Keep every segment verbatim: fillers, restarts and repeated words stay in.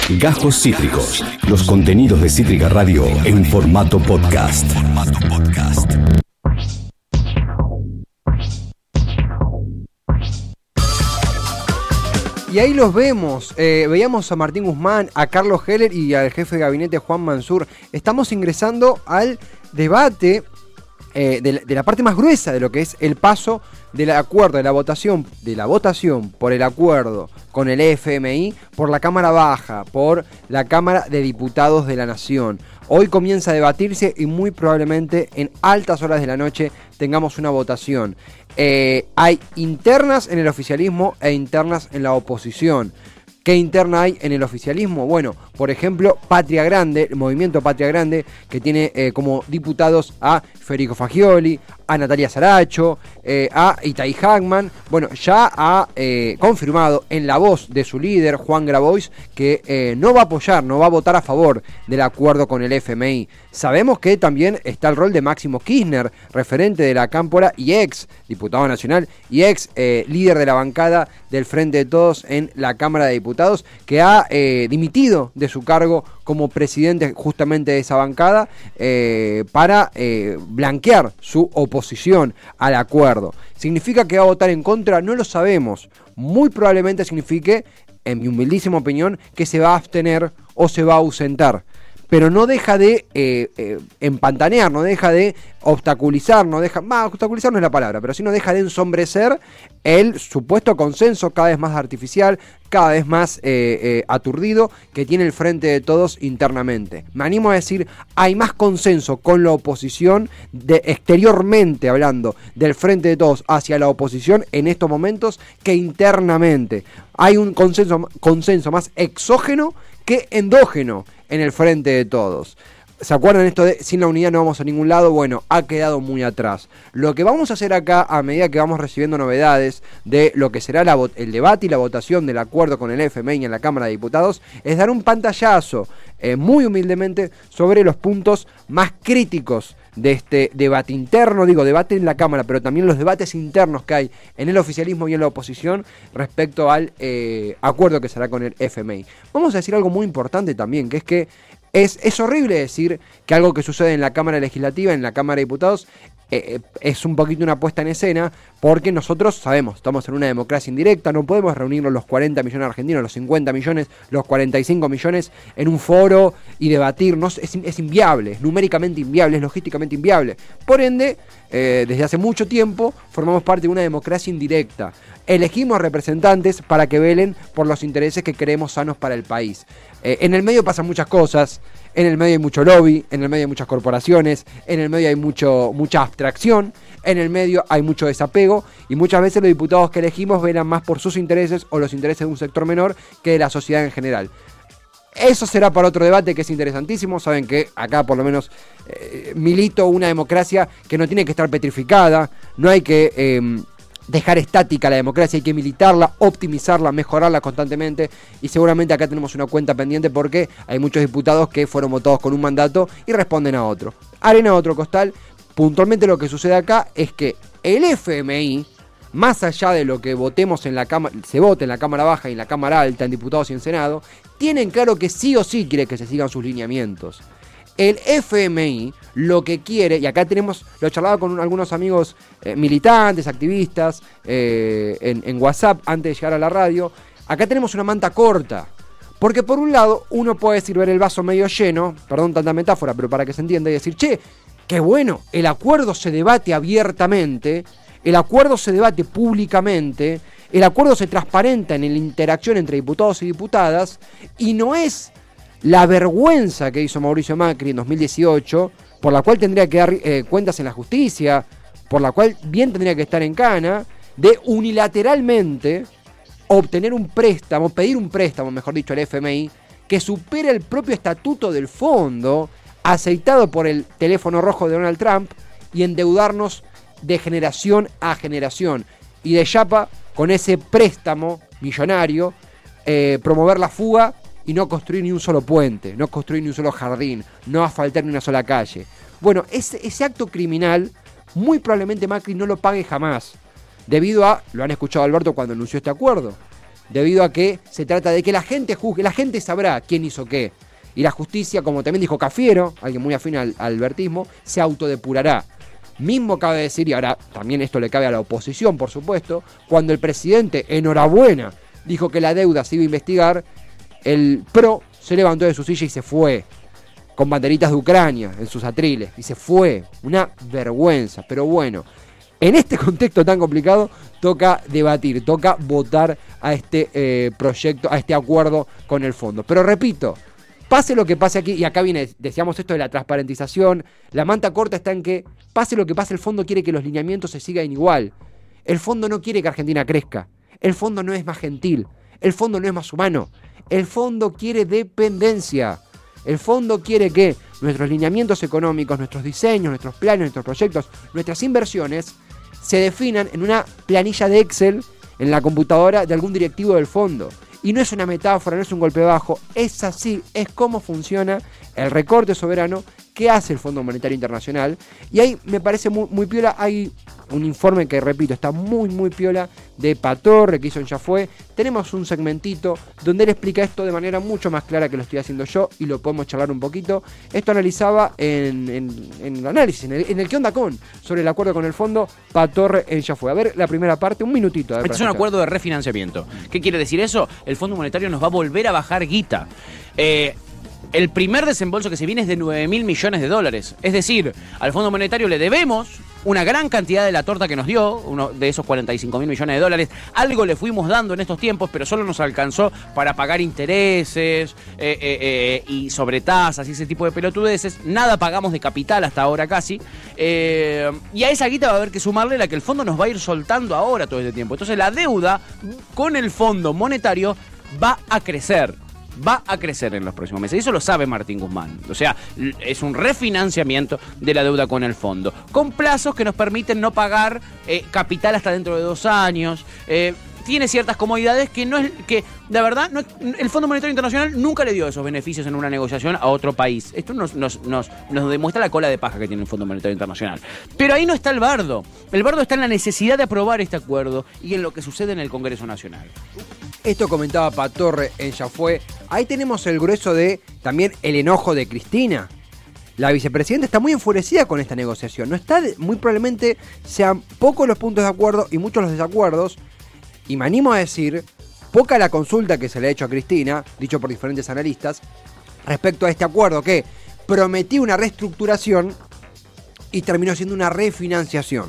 Gajos Cítricos. Los contenidos de Cítrica Radio en formato podcast. Y ahí los vemos, eh, veíamos a Martín Guzmán, a Carlos Heller y al jefe de gabinete Juan Mansur. Estamos ingresando al debate eh, de, la, de la parte más gruesa de lo que es el paso del acuerdo, de la votación, de la votación por el acuerdo con el F M I, por la Cámara Baja, por la Cámara de Diputados de la Nación. Hoy comienza a debatirse y muy probablemente en altas horas de la noche tengamos una votación. Eh, hay internas en el oficialismo e internas en la oposición. ¿Qué interna hay en el oficialismo? Bueno, por ejemplo, Patria Grande, el movimiento Patria Grande, que tiene eh, como diputados a Federico Fagioli, a Natalia Saracho, eh, a Itai Hackman. Bueno, ya ha eh, confirmado en la voz de su líder, Juan Grabois, que eh, no va a apoyar, no va a votar a favor del acuerdo con el F M I. Sabemos que también está el rol de Máximo Kirchner, referente de la Cámpora y ex diputado nacional y ex eh, líder de la bancada del Frente de Todos en la Cámara de Diputados, que ha eh, dimitido de su cargo como presidente justamente de esa bancada eh, para eh, blanquear su oposición al acuerdo. ¿Significa que va a votar en contra? No lo sabemos. Muy probablemente signifique, en mi humildísima opinión, que se va a abstener o se va a ausentar. Pero no deja de eh, eh, empantanear, no deja de obstaculizar, no deja, bah, obstaculizar no es la palabra, pero sí no deja de ensombrecer el supuesto consenso cada vez más artificial, cada vez más eh, eh, aturdido que tiene el Frente de Todos internamente. Me animo a decir, hay más consenso con la oposición, de, exteriormente hablando, del Frente de Todos hacia la oposición en estos momentos que internamente. Hay un consenso, consenso más exógeno que endógeno en el Frente de Todos. ¿Se acuerdan esto de sin la unidad no vamos a ningún lado? Bueno, ha quedado muy atrás. Lo que vamos a hacer acá, a medida que vamos recibiendo novedades de lo que será la, el debate y la votación del acuerdo con el F M I en la Cámara de Diputados, es dar un pantallazo, eh, muy humildemente, sobre los puntos más críticos de este debate interno, digo debate en la Cámara, pero también los debates internos que hay en el oficialismo y en la oposición respecto al eh, acuerdo que será con el F M I. Vamos a decir algo muy importante también, que es que es, es horrible decir que algo que sucede en la Cámara Legislativa, en la Cámara de Diputados, eh, es un poquito una puesta en escena, porque nosotros sabemos, estamos en una democracia indirecta, no podemos reunirnos los cuarenta millones argentinos, los cincuenta millones, los cuarenta y cinco millones en un foro y debatirnos, es, es inviable, es numéricamente inviable, es logísticamente inviable. Por ende, eh, desde hace mucho tiempo formamos parte de una democracia indirecta. Elegimos representantes para que velen por los intereses que queremos sanos para el país. Eh, en el medio pasan muchas cosas, en el medio hay mucho lobby, en el medio hay muchas corporaciones, en el medio hay mucho, mucha abstracción, en el medio hay mucho desapego y muchas veces los diputados que elegimos velan más por sus intereses o los intereses de un sector menor que de la sociedad en general. Eso será para otro debate que es interesantísimo. Saben que acá por lo menos eh, milito una democracia que no tiene que estar petrificada, no hay que eh, dejar estática la democracia, hay que militarla, optimizarla, mejorarla constantemente y seguramente acá tenemos una cuenta pendiente porque hay muchos diputados que fueron votados con un mandato y responden a otro. Arena a otro costal. Puntualmente lo que sucede acá es que el F M I, más allá de lo que votemos en la cámara, se vote en la Cámara Baja y en la Cámara Alta, en diputados y en Senado, tienen claro que sí o sí quiere que se sigan sus lineamientos. El F M I lo que quiere, y acá tenemos, lo he charlado con un, algunos amigos eh, militantes, activistas, eh, en, en WhatsApp antes de llegar a la radio, acá tenemos una manta corta. Porque por un lado, uno puede decir ver el vaso medio lleno, perdón tanta metáfora, pero para que se entienda, y decir, che, qué bueno, el acuerdo se debate abiertamente, el acuerdo se debate públicamente, el acuerdo se transparenta en la interacción entre diputados y diputadas, y no es la vergüenza que hizo Mauricio Macri en dos mil dieciocho, por la cual tendría que dar eh, cuentas en la justicia, por la cual bien tendría que estar en cana, de unilateralmente obtener un préstamo, pedir un préstamo, mejor dicho, al F M I, que supera el propio estatuto del fondo, aceitado por el teléfono rojo de Donald Trump, y endeudarnos de generación a generación. Y de chapa, con ese préstamo millonario, eh, promover la fuga y no construir ni un solo puente, no construir ni un solo jardín, no asfaltar ni una sola calle. Bueno, ese, ese acto criminal, muy probablemente Macri no lo pague jamás, debido a, lo han escuchado Alberto cuando anunció este acuerdo, debido a que se trata de que la gente juzgue, la gente sabrá quién hizo qué. Y la justicia, como también dijo Cafiero, alguien muy afín al, al albertismo, se autodepurará. Mismo cabe decir, y ahora también esto le cabe a la oposición, por supuesto, cuando el presidente, enhorabuena, dijo que la deuda se iba a investigar, el PRO se levantó de su silla y se fue, con banderitas de Ucrania en sus atriles, y se fue. Una vergüenza, pero bueno. En este contexto tan complicado, toca debatir, toca votar a este eh, proyecto, a este acuerdo con el fondo. Pero repito, pase lo que pase aquí, y acá viene, decíamos esto de la transparentización, la manta corta está en que, pase lo que pase, el fondo quiere que los lineamientos se sigan igual. El fondo no quiere que Argentina crezca. El fondo no es más gentil. El fondo no es más humano. El fondo quiere dependencia. El fondo quiere que nuestros lineamientos económicos, nuestros diseños, nuestros planes, nuestros proyectos, nuestras inversiones se definan en una planilla de Excel en la computadora de algún directivo del fondo. Y no es una metáfora, no es un golpe bajo, es así, es como funciona el recorte soberano que hace el Fondo Monetario Internacional. Y ahí me parece muy, muy piola, hay un informe que, repito, está muy, muy piola, de Patorre, que hizo en Ya Fue. Tenemos un segmentito donde él explica esto de manera mucho más clara que lo estoy haciendo yo, y lo podemos charlar un poquito. Esto analizaba en, en, en el análisis, en el, en el ¿Qué onda con? Sobre el acuerdo con el fondo, Patorre en Ya Fue. A ver, la primera parte, un minutito. A ver, este es un acuerdo de refinanciamiento. ¿Qué quiere decir eso? El Fondo Monetario nos va a volver a bajar guita. Eh... El primer desembolso que se viene es de nueve mil millones de dólares. Es decir, al Fondo Monetario le debemos una gran cantidad de la torta que nos dio, uno de esos cuarenta y cinco mil millones de dólares. Algo le fuimos dando en estos tiempos, pero solo nos alcanzó para pagar intereses eh, eh, eh, y sobretasas y ese tipo de pelotudeces. Nada pagamos de capital hasta ahora casi. Eh, y a esa guita va a haber que sumarle la que el fondo nos va a ir soltando ahora todo este tiempo. Entonces la deuda con el Fondo Monetario va a crecer. Va a crecer en los próximos meses. Eso lo sabe Martín Guzmán. O sea, es un refinanciamiento de la deuda con el fondo, con plazos que nos permiten no pagar eh, capital hasta dentro de dos años. Eh, tiene ciertas comodidades que no es que, la verdad, no, el Fondo Monetario Internacional nunca le dio esos beneficios en una negociación a otro país. Esto nos, nos, nos, nos demuestra la cola de paja que tiene el Fondo Monetario Internacional. Pero ahí no está el bardo. El bardo está en la necesidad de aprobar este acuerdo y en lo que sucede en el Congreso Nacional. Esto comentaba Patorre en Ya Fue. Ahí tenemos el grueso de también el enojo de Cristina. La vicepresidenta está muy enfurecida con esta negociación. No está, muy probablemente sean pocos los puntos de acuerdo y muchos los desacuerdos. Y me animo a decir, poca la consulta que se le ha hecho a Cristina, dicho por diferentes analistas, respecto a este acuerdo que prometía una reestructuración y terminó siendo una refinanciación.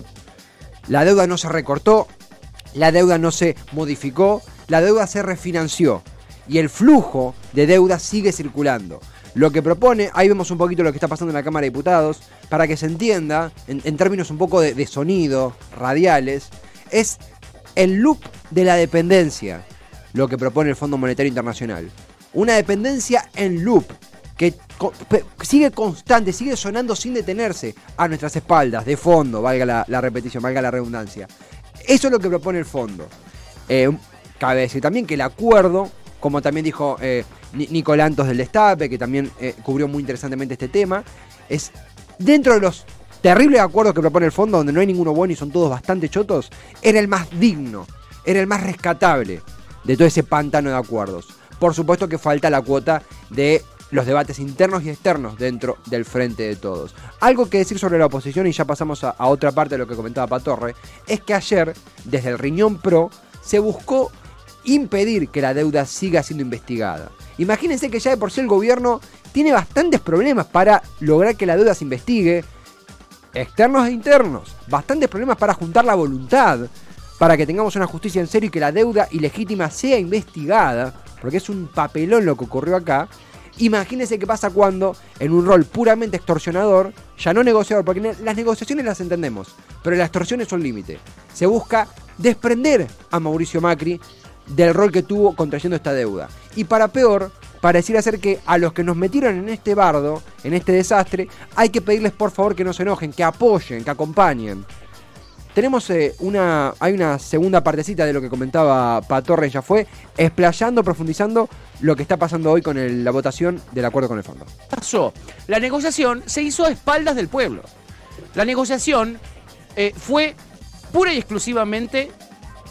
La deuda no se recortó, la deuda no se modificó, la deuda se refinanció y el flujo de deuda sigue circulando. Lo que propone, ahí vemos un poquito lo que está pasando en la Cámara de Diputados, para que se entienda, en, en términos un poco de, de sonido, radiales, es el loop de la dependencia, lo que propone el Fondo Monetario Internacional. Una dependencia en loop, que co- sigue constante, sigue sonando sin detenerse a nuestras espaldas, de fondo, valga la, la repetición, valga la redundancia. Eso es lo que propone el fondo. Eh, cabe decir también que el acuerdo, como también dijo eh, Nico Lantos del Destape, que también eh, cubrió muy interesantemente este tema, es dentro de los terribles acuerdos que propone el fondo, donde no hay ninguno bueno y son todos bastante chotos, era el más digno, era el más rescatable de todo ese pantano de acuerdos. Por supuesto que falta la cuota de los debates internos y externos dentro del Frente de Todos. Algo que decir sobre la oposición, y ya pasamos a, a otra parte de lo que comentaba Patorre, es que ayer, desde el Riñón Pro, se buscó impedir que la deuda siga siendo investigada. Imagínense que ya de por sí el gobierno tiene bastantes problemas para lograr que la deuda se investigue, externos e internos, bastantes problemas para juntar la voluntad, para que tengamos una justicia en serio y que la deuda ilegítima sea investigada, porque es un papelón lo que ocurrió acá. Imagínense qué pasa cuando, en un rol puramente extorsionador, ya no negociador, porque las negociaciones las entendemos, pero las extorsiones son límite. Se busca desprender a Mauricio Macri del rol que tuvo contrayendo esta deuda. Y para peor, pareciera ser que a los que nos metieron en este bardo, en este desastre, hay que pedirles por favor que no se enojen, que apoyen, que acompañen. Tenemos eh, una, hay una segunda partecita de lo que comentaba Patorre, ya fue, explayando, profundizando lo que está pasando hoy con el, la votación del acuerdo con el fondo. Pasó. La negociación se hizo a espaldas del pueblo. La negociación eh, fue pura y exclusivamente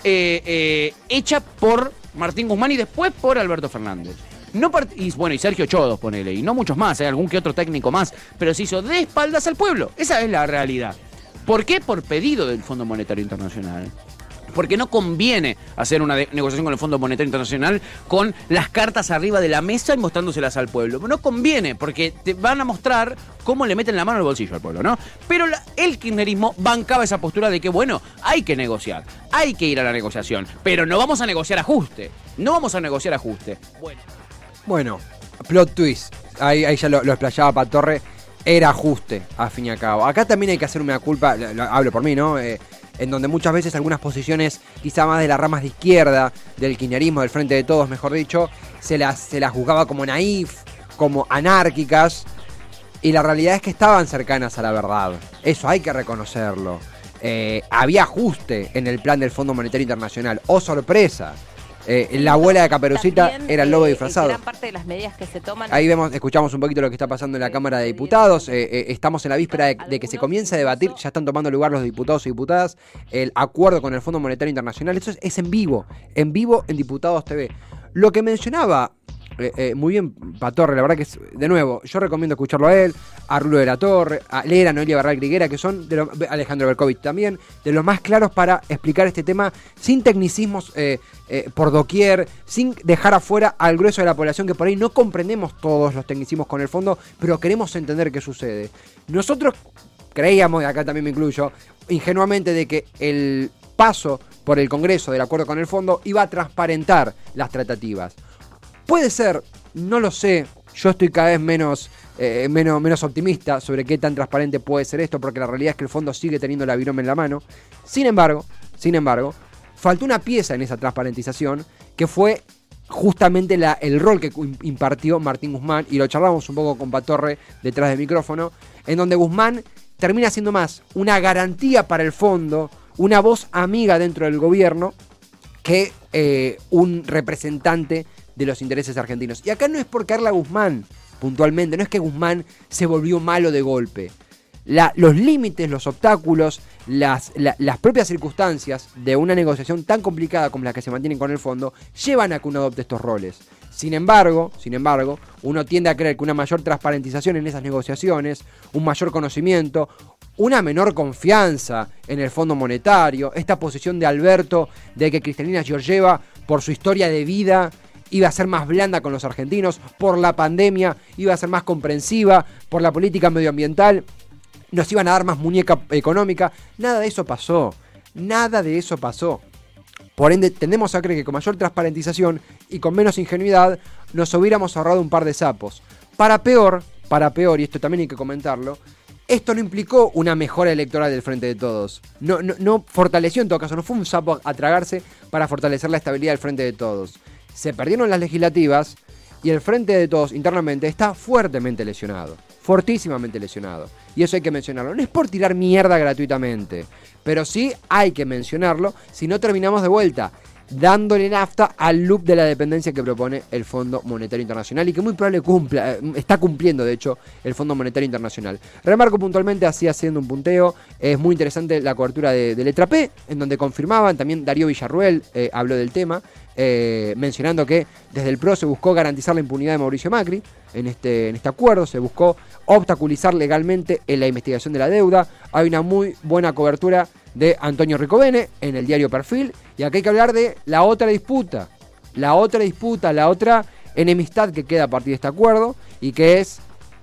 eh, eh, hecha por Martín Guzmán y después por Alberto Fernández. No part- y bueno, y Sergio Chodos, ponele, y no muchos más, hay algún que otro técnico más, pero se hizo de espaldas al pueblo. Esa es la realidad. ¿Por qué? Por pedido del Fondo Monetario Internacional. Porque no conviene hacer una de- negociación con el Fondo Monetario Internacional con las cartas arriba de la mesa y mostrándoselas al pueblo. No conviene, porque te van a mostrar cómo le meten la mano al bolsillo al pueblo, ¿no? Pero la- el kirchnerismo bancaba esa postura de que, bueno, hay que negociar, hay que ir a la negociación, pero no vamos a negociar ajuste, no vamos a negociar ajuste. Bueno, Bueno, plot twist. Ahí, ahí ya lo, lo explayaba Patorre. Era ajuste, a fin y a cabo. Acá también hay que hacer una culpa, lo, lo- hablo por mí, ¿no? Eh, en donde muchas veces algunas posiciones, quizá más de las ramas de izquierda, del kirchnerismo, del Frente de Todos, mejor dicho, se las, se las juzgaba como naif, como anárquicas, y la realidad es que estaban cercanas a la verdad. Eso hay que reconocerlo. Eh, había ajuste en el plan del Fondo Monetario Internacional. ¡Oh, sorpresa! Eh, la abuela de Caperucita También, era el lobo eh, disfrazado. Gran parte de las medidas que se toman. Ahí vemos, escuchamos un poquito lo que está pasando en la Cámara de Diputados. Eh, eh, estamos en la víspera de, de que se comience a debatir. Ya están tomando lugar los diputados y diputadas. El acuerdo con el Fondo Monetario Internacional. Eso es, es en vivo. En vivo en Diputados T V. Lo que mencionaba eh, eh, muy bien Patorre, la verdad que es, de nuevo, yo recomiendo escucharlo a él, a Rulo de la Torre, a Lera, Noelia Barral Griguera, que son, de lo, Alejandro Berkovich también, de los más claros para explicar este tema sin tecnicismos eh, eh, por doquier, sin dejar afuera al grueso de la población que por ahí no comprendemos todos los tecnicismos con el fondo, pero queremos entender qué sucede. Nosotros creíamos, y acá también me incluyo, ingenuamente de que el paso por el Congreso del acuerdo con el fondo iba a transparentar las tratativas. Puede ser, no lo sé, yo estoy cada vez menos, eh, menos, menos optimista sobre qué tan transparente puede ser esto, porque la realidad es que el fondo sigue teniendo la virome en la mano. Sin embargo, sin embargo, faltó una pieza en esa transparentización, que fue justamente la, el rol que impartió Martín Guzmán, y lo charlamos un poco con Patorre detrás del micrófono, en donde Guzmán termina siendo más una garantía para el fondo, una voz amiga dentro del gobierno, que eh, un representante de los intereses argentinos. Y acá no es por Carla Guzmán, puntualmente, no es que Guzmán se volvió malo de golpe. La, los límites, los obstáculos, las, la, las propias circunstancias de una negociación tan complicada como la que se mantienen con el fondo, llevan a que uno adopte estos roles. Sin embargo, sin embargo, uno tiende a creer que una mayor transparentización en esas negociaciones, un mayor conocimiento, una menor confianza en el Fondo Monetario, esta posición de Alberto de que Cristalina Georgieva, por su historia de vida, iba a ser más blanda con los argentinos, por la pandemia iba a ser más comprensiva, por la política medioambiental nos iban a dar más muñeca económica. Nada de eso pasó, nada de eso pasó. Por ende, tendemos a creer que con mayor transparentización y con menos ingenuidad nos hubiéramos ahorrado un par de sapos. Para peor, para peor, y esto también hay que comentarlo, esto no implicó una mejora electoral del Frente de Todos. No, no, no fortaleció en todo caso, no fue un sapo a tragarse para fortalecer la estabilidad del Frente de Todos. Se perdieron las legislativas y el Frente de Todos internamente está fuertemente lesionado. Fortísimamente lesionado. Y eso hay que mencionarlo. No es por tirar mierda gratuitamente, pero sí hay que mencionarlo, si no terminamos de vuelta dándole nafta al loop de la dependencia que propone el Fondo Monetario Internacional y que muy probable cumpla, eh, está cumpliendo de hecho el Fondo Monetario Internacional. Remarco puntualmente, así haciendo un punteo, es muy interesante la cobertura de, de Letra P, en donde confirmaban, también Darío Villarruel eh, habló del tema, eh, mencionando que desde el P R O se buscó garantizar la impunidad de Mauricio Macri en este, en este acuerdo, se buscó obstaculizar legalmente en la investigación de la deuda. Hay una muy buena cobertura de Antonio Ricovene en el diario Perfil, y acá hay que hablar de la otra disputa, la otra disputa, la otra enemistad que queda a partir de este acuerdo, y que es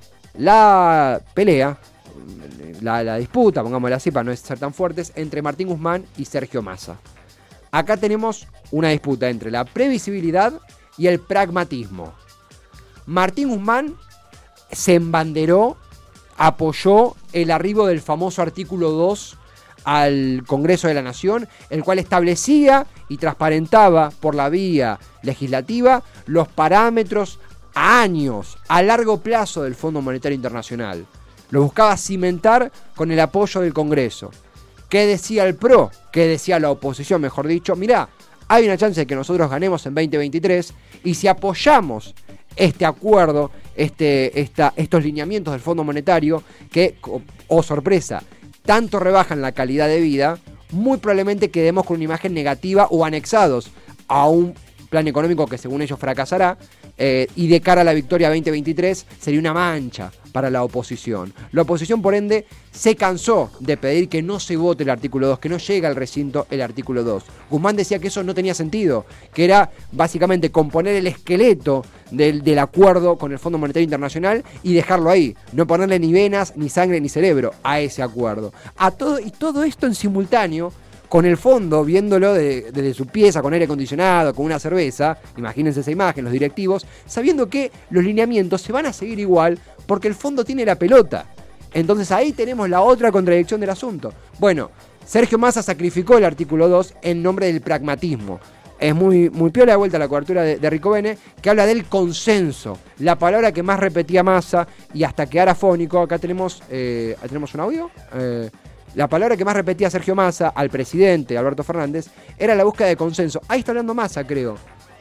la pelea, la, la disputa, pongámosla así para no ser tan fuertes, entre Martín Guzmán y Sergio Massa. Acá tenemos una disputa entre la previsibilidad y el pragmatismo. Martín Guzmán se embanderó, apoyó el arribo del famoso artículo dos al Congreso de la Nación, el cual establecía y transparentaba por la vía legislativa los parámetros a años, a largo plazo del Fondo Monetario Internacional. Lo buscaba cimentar con el apoyo del Congreso. ¿Qué decía el P R O? ¿Qué decía la oposición, mejor dicho? Mirá, hay una chance de que nosotros ganemos en veinte veintitrés, y si apoyamos este acuerdo, este, esta, estos lineamientos del Fondo Monetario, que, oh sorpresa, tanto rebajan la calidad de vida, muy probablemente quedemos con una imagen negativa o anexados a un plan económico que según ellos fracasará, eh, y de cara a la victoria veinte veintitrés sería una mancha para la oposición. La oposición, por ende, se cansó de pedir que no se vote el artículo dos, que no llegue al recinto el artículo dos. Guzmán decía que eso no tenía sentido, que era básicamente componer el esqueleto del, del acuerdo con el Fondo Monetario Internacional y dejarlo ahí, no ponerle ni venas, ni sangre, ni cerebro a ese acuerdo. A todo, y todo esto en simultáneo, con el fondo, viéndolo de, desde su pieza, con aire acondicionado, con una cerveza, imagínense esa imagen, los directivos, sabiendo que los lineamientos se van a seguir igual porque el fondo tiene la pelota. Entonces ahí tenemos la otra contradicción del asunto. Bueno, Sergio Massa sacrificó el artículo dos en nombre del pragmatismo. Es muy, muy piola de vuelta la cobertura de, de Ricobene, que habla del consenso, la palabra que más repetía Massa y hasta quedar afónico. Acá tenemos, eh, tenemos un audio. Eh, La palabra que más repetía Sergio Massa al presidente Alberto Fernández era la búsqueda de consenso. Ahí está hablando Massa, creo.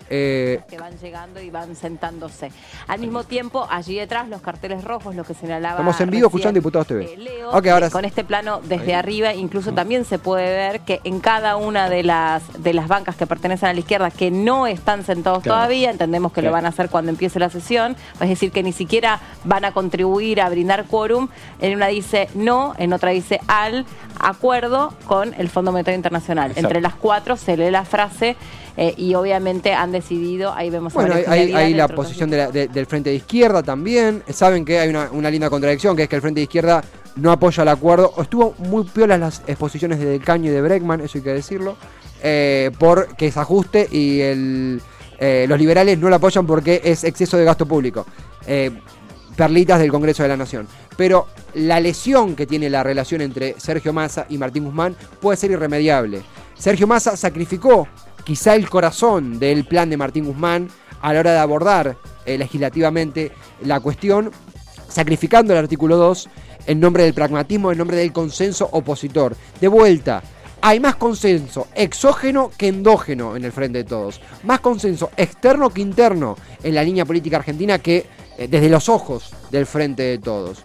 Eh, que van llegando y van sentándose. Al mismo tiempo, allí detrás, los carteles rojos, lo que señalaba. Estamos en vivo escuchando Diputados T V. Eh, Leo, okay, ahora eh, con este plano desde ahí. Arriba, incluso también se puede ver que en cada una de las de las bancas que pertenecen a la izquierda, que no están sentados claro. todavía, entendemos que claro. lo van a hacer cuando empiece la sesión, es decir, que ni siquiera van a contribuir a brindar quórum. En una dice no, en otra dice al acuerdo con el Fondo Monetario Internacional. Exacto. Entre las cuatro se lee la frase. Eh, y obviamente han decidido, ahí vemos... Bueno, hay, hay la posición de la, de, del Frente de Izquierda también. Saben que hay una, una linda contradicción, que es que el Frente de Izquierda no apoya el acuerdo. Estuvo muy piolas las exposiciones de Del Caño y de Bregman, eso hay que decirlo, eh, por que se ajuste y el, eh, los liberales no lo apoyan porque es exceso de gasto público. Eh, perlitas del Congreso de la Nación. Pero la lesión que tiene la relación entre Sergio Massa y Martín Guzmán puede ser irremediable. Sergio Massa sacrificó quizá el corazón del plan de Martín Guzmán a la hora de abordar eh, legislativamente la cuestión, sacrificando el artículo dos en nombre del pragmatismo, en nombre del consenso opositor. De vuelta, hay más consenso exógeno que endógeno en el Frente de Todos, más consenso externo que interno en la línea política argentina que eh, desde los ojos del Frente de Todos.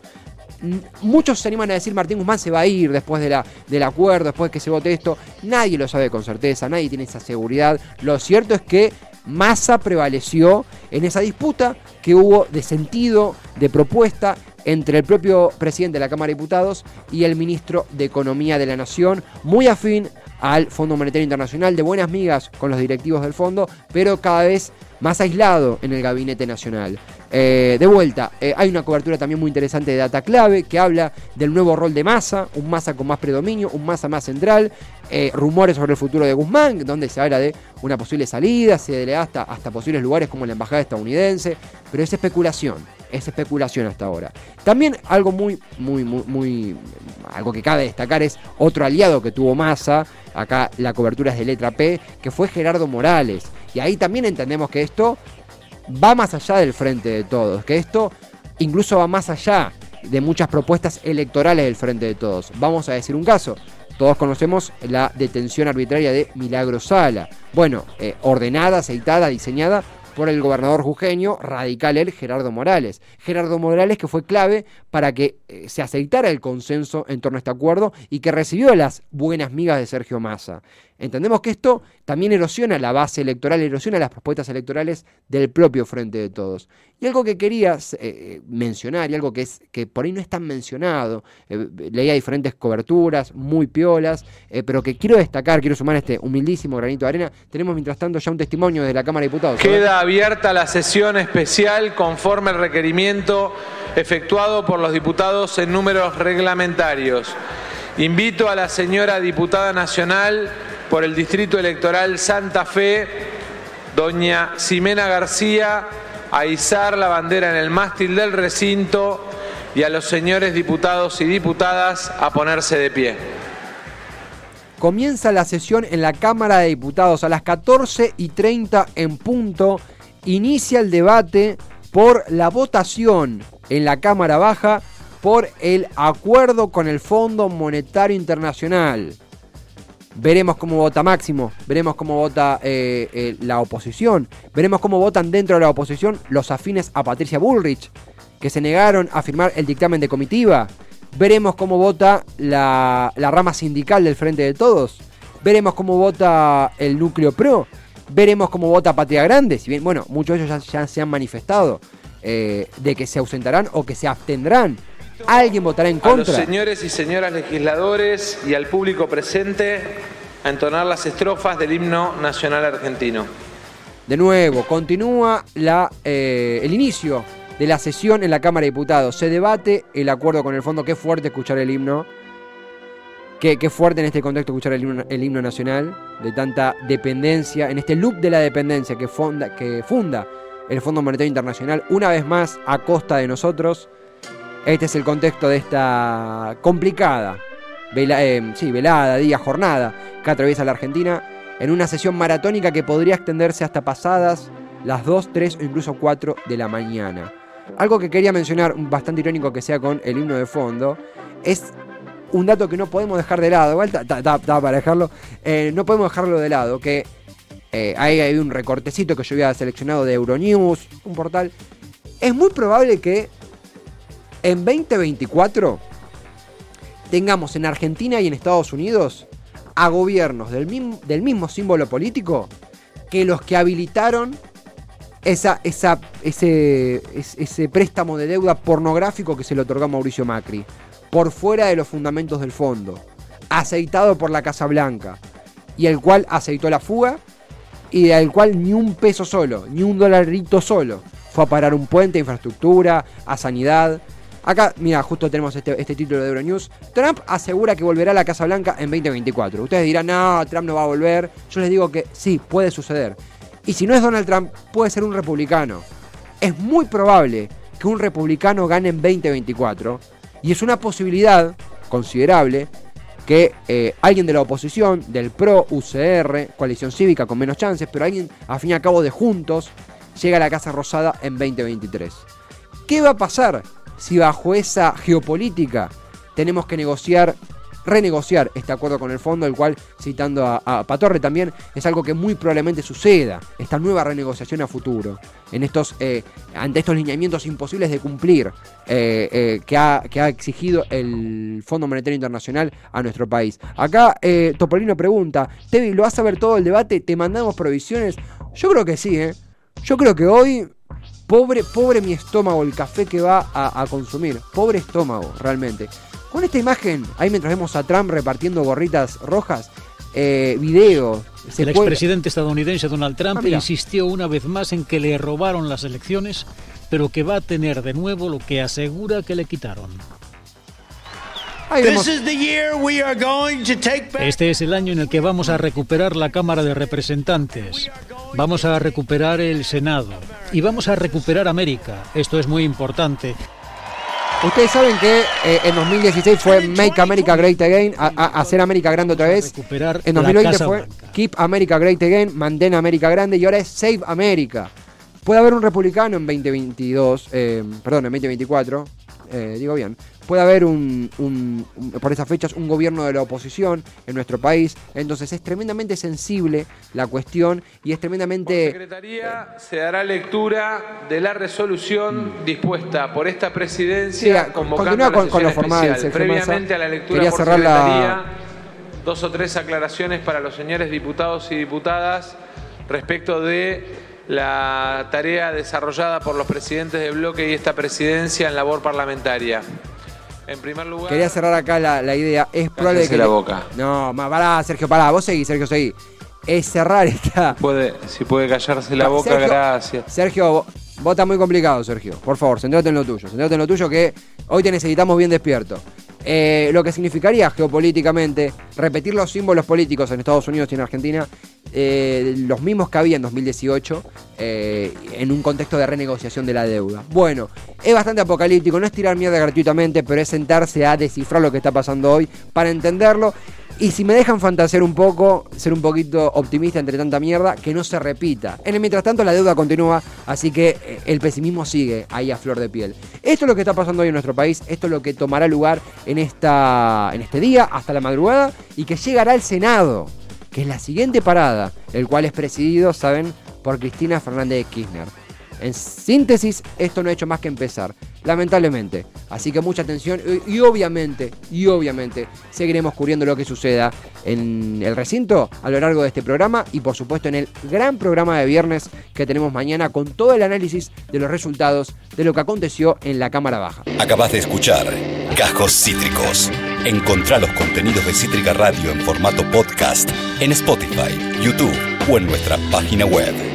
Muchos se animan a decir Martín Guzmán se va a ir después de la, del acuerdo, después de que se vote esto. Nadie lo sabe con certeza, nadie tiene esa seguridad. Lo cierto es que Massa prevaleció en esa disputa que hubo de sentido, de propuesta entre el propio presidente de la Cámara de Diputados y el ministro de Economía de la Nación, muy afín al Fondo Monetario Internacional, de buenas migas con los directivos del fondo, pero cada vez más aislado en el Gabinete Nacional. Eh, de vuelta, eh, hay una cobertura también muy interesante de Data Clave que habla del nuevo rol de Massa, un Massa con más predominio, un Massa más central, eh, rumores sobre el futuro de Guzmán, donde se habla de una posible salida, se le da hasta, hasta posibles lugares como la embajada estadounidense, pero es especulación, es especulación hasta ahora. También algo muy, muy, muy, muy, algo que cabe destacar es otro aliado que tuvo Massa, acá la cobertura es de letra P, que fue Gerardo Morales, y ahí también entendemos que esto va más allá del Frente de Todos, que esto incluso va más allá de muchas propuestas electorales del Frente de Todos. Vamos a decir un caso. Todos conocemos la detención arbitraria de Milagro Sala. Bueno, eh, ordenada, aceitada, diseñada por el gobernador jujeño, radical él, Gerardo Morales. Gerardo Morales que fue clave para que eh, se aceitara el consenso en torno a este acuerdo y que recibió las buenas migas de Sergio Massa. Entendemos que esto también erosiona la base electoral, erosiona las propuestas electorales del propio Frente de Todos. Y algo que quería eh, mencionar, y algo que, es, que por ahí no es tan mencionado, eh, leía diferentes coberturas, muy piolas, eh, pero que quiero destacar, quiero sumar este humildísimo granito de arena. Tenemos mientras tanto ya un testimonio de la Cámara de Diputados. Queda abierta la sesión especial conforme el requerimiento efectuado por los diputados en números reglamentarios. Invito a la señora diputada nacional por el Distrito Electoral Santa Fe, doña Ximena García, a izar la bandera en el mástil del recinto y a los señores diputados y diputadas a ponerse de pie. Comienza la sesión en la Cámara de Diputados a las catorce y treinta en punto. Inicia el debate por la votación en la Cámara Baja por el acuerdo con el Fondo Monetario Internacional. Veremos cómo vota Máximo, veremos cómo vota eh, eh, la oposición, veremos cómo votan dentro de la oposición los afines a Patricia Bullrich, que se negaron a firmar el dictamen de comitiva. Veremos cómo vota la, la rama sindical del Frente de Todos. Veremos cómo vota el núcleo PRO. Veremos cómo vota Patria Grande. Si bien, bueno, muchos de ellos ya, ya se han manifestado eh, de que se ausentarán o que se abstendrán. ¿Alguien votará en contra? A los señores y señoras legisladores y al público presente a entonar las estrofas del himno nacional argentino. De nuevo, continúa la, eh, el inicio de la sesión en la Cámara de Diputados. Se debate el acuerdo con el fondo. Qué fuerte escuchar el himno. Qué, qué fuerte en este contexto escuchar el himno, el himno nacional. De tanta dependencia, en este loop de la dependencia que funda, que funda el Fondo Monetario Internacional, una vez más a costa de nosotros. Este es el contexto de esta complicada vela, eh, sí, velada, día, jornada que atraviesa la Argentina en una sesión maratónica que podría extenderse hasta pasadas las dos, tres o incluso cuatro de la mañana. Algo que quería mencionar, bastante irónico que sea con el himno de fondo, es un dato que no podemos dejar de lado, igual está para dejarlo, eh, no podemos dejarlo de lado, que eh, ahí hay un recortecito que yo había seleccionado de Euronews, un portal. Es muy probable que en veinte veinticuatro tengamos en Argentina y en Estados Unidos a gobiernos del mismo, del mismo símbolo político que los que habilitaron esa, esa, ese, ese préstamo de deuda pornográfico que se le otorgó a Mauricio Macri, por fuera de los fundamentos del fondo, aceitado por la Casa Blanca, y el cual aceitó la fuga, y del cual ni un peso solo, ni un dolarito solo, fue a parar un puente, a infraestructura, a sanidad. Acá, mira, justo tenemos este, este título de Euronews. Trump asegura que volverá a la Casa Blanca en veinte veinticuatro. Ustedes dirán, no, Trump no va a volver. Yo les digo que sí, puede suceder. Y si no es Donald Trump, puede ser un republicano. Es muy probable que un republicano gane en veinte veinticuatro. Y es una posibilidad considerable que eh, alguien de la oposición, del PRO, U C R, coalición cívica con menos chances, pero alguien, a fin y a cabo de Juntos, llega a la Casa Rosada en veinte veintitrés. ¿Qué va a pasar si bajo esa geopolítica tenemos que negociar, renegociar este acuerdo con el fondo, el cual, citando a, a Patorre también, es algo que muy probablemente suceda, esta nueva renegociación a futuro, en estos, eh, ante estos lineamientos imposibles de cumplir eh, eh, que, ha, que ha exigido el Fondo Monetario Internacional a nuestro país? Acá eh, Topolino pregunta, Tevi, ¿lo vas a ver todo el debate? ¿Te mandamos provisiones? Yo creo que sí, ¿eh? Yo creo que hoy... Pobre, pobre mi estómago, el café que va a, a consumir. Pobre estómago, realmente. Con esta imagen, ahí mientras vemos a Trump repartiendo gorritas rojas, eh, video. Se el puede... expresidente estadounidense Donald Trump ah, insistió una vez más en que le robaron las elecciones, pero que va a tener de nuevo lo que asegura que le quitaron. Vemos... Este es el año en el que vamos a recuperar la Cámara de Representantes. Vamos a recuperar el Senado. Y vamos a recuperar América. Esto es muy importante. Ustedes saben que eh, en dos mil dieciséis fue Make America Great Again, a, a hacer América grande otra vez. Recuperar en dos mil veinte la fue Blanca. Keep America Great Again, mantén América grande, y ahora es Save America. Puede haber un republicano en veinte veintidós, eh, perdón, en veinte veinticuatro, eh, digo bien. Puede haber un, un, un, por esas fechas, un gobierno de la oposición en nuestro país. Entonces es tremendamente sensible la cuestión y es tremendamente... Por Secretaría se dará lectura de la resolución mm. dispuesta por esta presidencia, sí, convocando a la con, con lo formal, especial. Previamente a la lectura quería por cerrar Secretaría, la... dos o tres aclaraciones para los señores diputados y diputadas respecto de la tarea desarrollada por los presidentes de bloque y esta presidencia en labor parlamentaria. En primer lugar... Quería cerrar acá la, la idea. Es probable que... la boca. No, más pará, Sergio, pará. Vos seguís, Sergio, seguí. Es cerrar esta... Puede, si puede callarse la boca, Sergio, gracias. Sergio, vos, vos estás muy complicado, Sergio. Por favor, centrate en lo tuyo. Centrate en lo tuyo que hoy te necesitamos bien despierto. Eh, lo que significaría geopolíticamente repetir los símbolos políticos en Estados Unidos y en Argentina, eh, los mismos que había en dos mil dieciocho, eh, en un contexto de renegociación de la deuda. Bueno, es bastante apocalíptico, no es tirar mierda gratuitamente, pero es sentarse a descifrar lo que está pasando hoy para entenderlo. Y si me dejan fantasear un poco, ser un poquito optimista entre tanta mierda, que no se repita. En el mientras tanto la deuda continúa, así que el pesimismo sigue ahí a flor de piel. Esto es lo que está pasando hoy en nuestro país, esto es lo que tomará lugar en, esta, en este día hasta la madrugada y que llegará al Senado, que es la siguiente parada, el cual es presidido, saben, por Cristina Fernández de Kirchner. En síntesis, esto no ha hecho más que empezar, lamentablemente. Así que mucha atención y, y obviamente, y obviamente, seguiremos cubriendo lo que suceda en el recinto a lo largo de este programa y por supuesto en el gran programa de viernes que tenemos mañana con todo el análisis de los resultados de lo que aconteció en la Cámara Baja. Acabas de escuchar Cajos Cítricos. Encontrá los contenidos de Cítrica Radio en formato podcast en Spotify, YouTube o en nuestra página web.